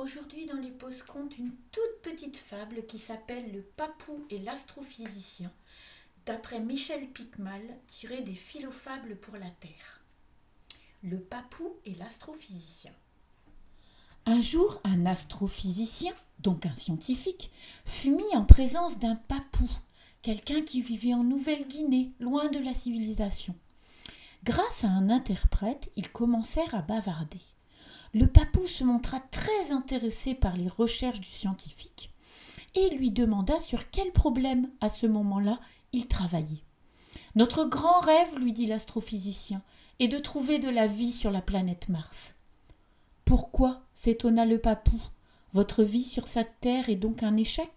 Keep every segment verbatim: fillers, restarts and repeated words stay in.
Aujourd'hui dans les Pauses-Contes, une toute petite fable qui s'appelle Le Papou et l'astrophysicien, d'après Michel Piquemal, tiré des Philofables pour la Terre. Le Papou et l'astrophysicien. Un jour, un astrophysicien, donc un scientifique, fut mis en présence d'un papou, quelqu'un qui vivait en Nouvelle-Guinée, loin de la civilisation. Grâce à un interprète, ils commencèrent à bavarder. Le papou se montra très intéressé par les recherches du scientifique et lui demanda sur quel problème, à ce moment-là, il travaillait. « Notre grand rêve, lui dit l'astrophysicien, est de trouver de la vie sur la planète Mars. »« Pourquoi ?» s'étonna le papou. « Votre vie sur cette terre est donc un échec ?»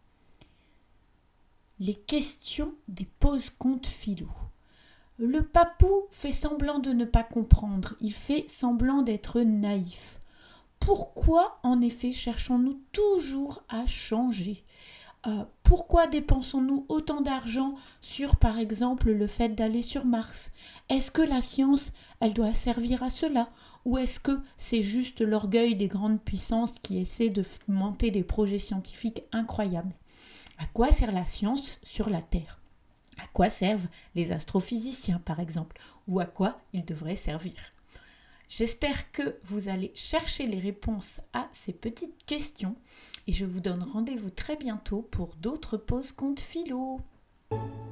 Les questions des Pauses-Contes philo. Le papou fait semblant de ne pas comprendre, il fait semblant d'être naïf. Pourquoi, en effet, cherchons-nous toujours à changer ? euh, Pourquoi dépensons-nous autant d'argent sur, par exemple, le fait d'aller sur Mars ? Est-ce que la science, elle doit servir à cela ? Ou est-ce que c'est juste l'orgueil des grandes puissances qui essaient de monter des projets scientifiques incroyables ? À quoi sert la science sur la Terre ? À quoi servent les astrophysiciens, par exemple, ou à quoi ils devraient servir. J'espère que vous allez chercher les réponses à ces petites questions et je vous donne rendez-vous très bientôt pour d'autres pauses contes philo.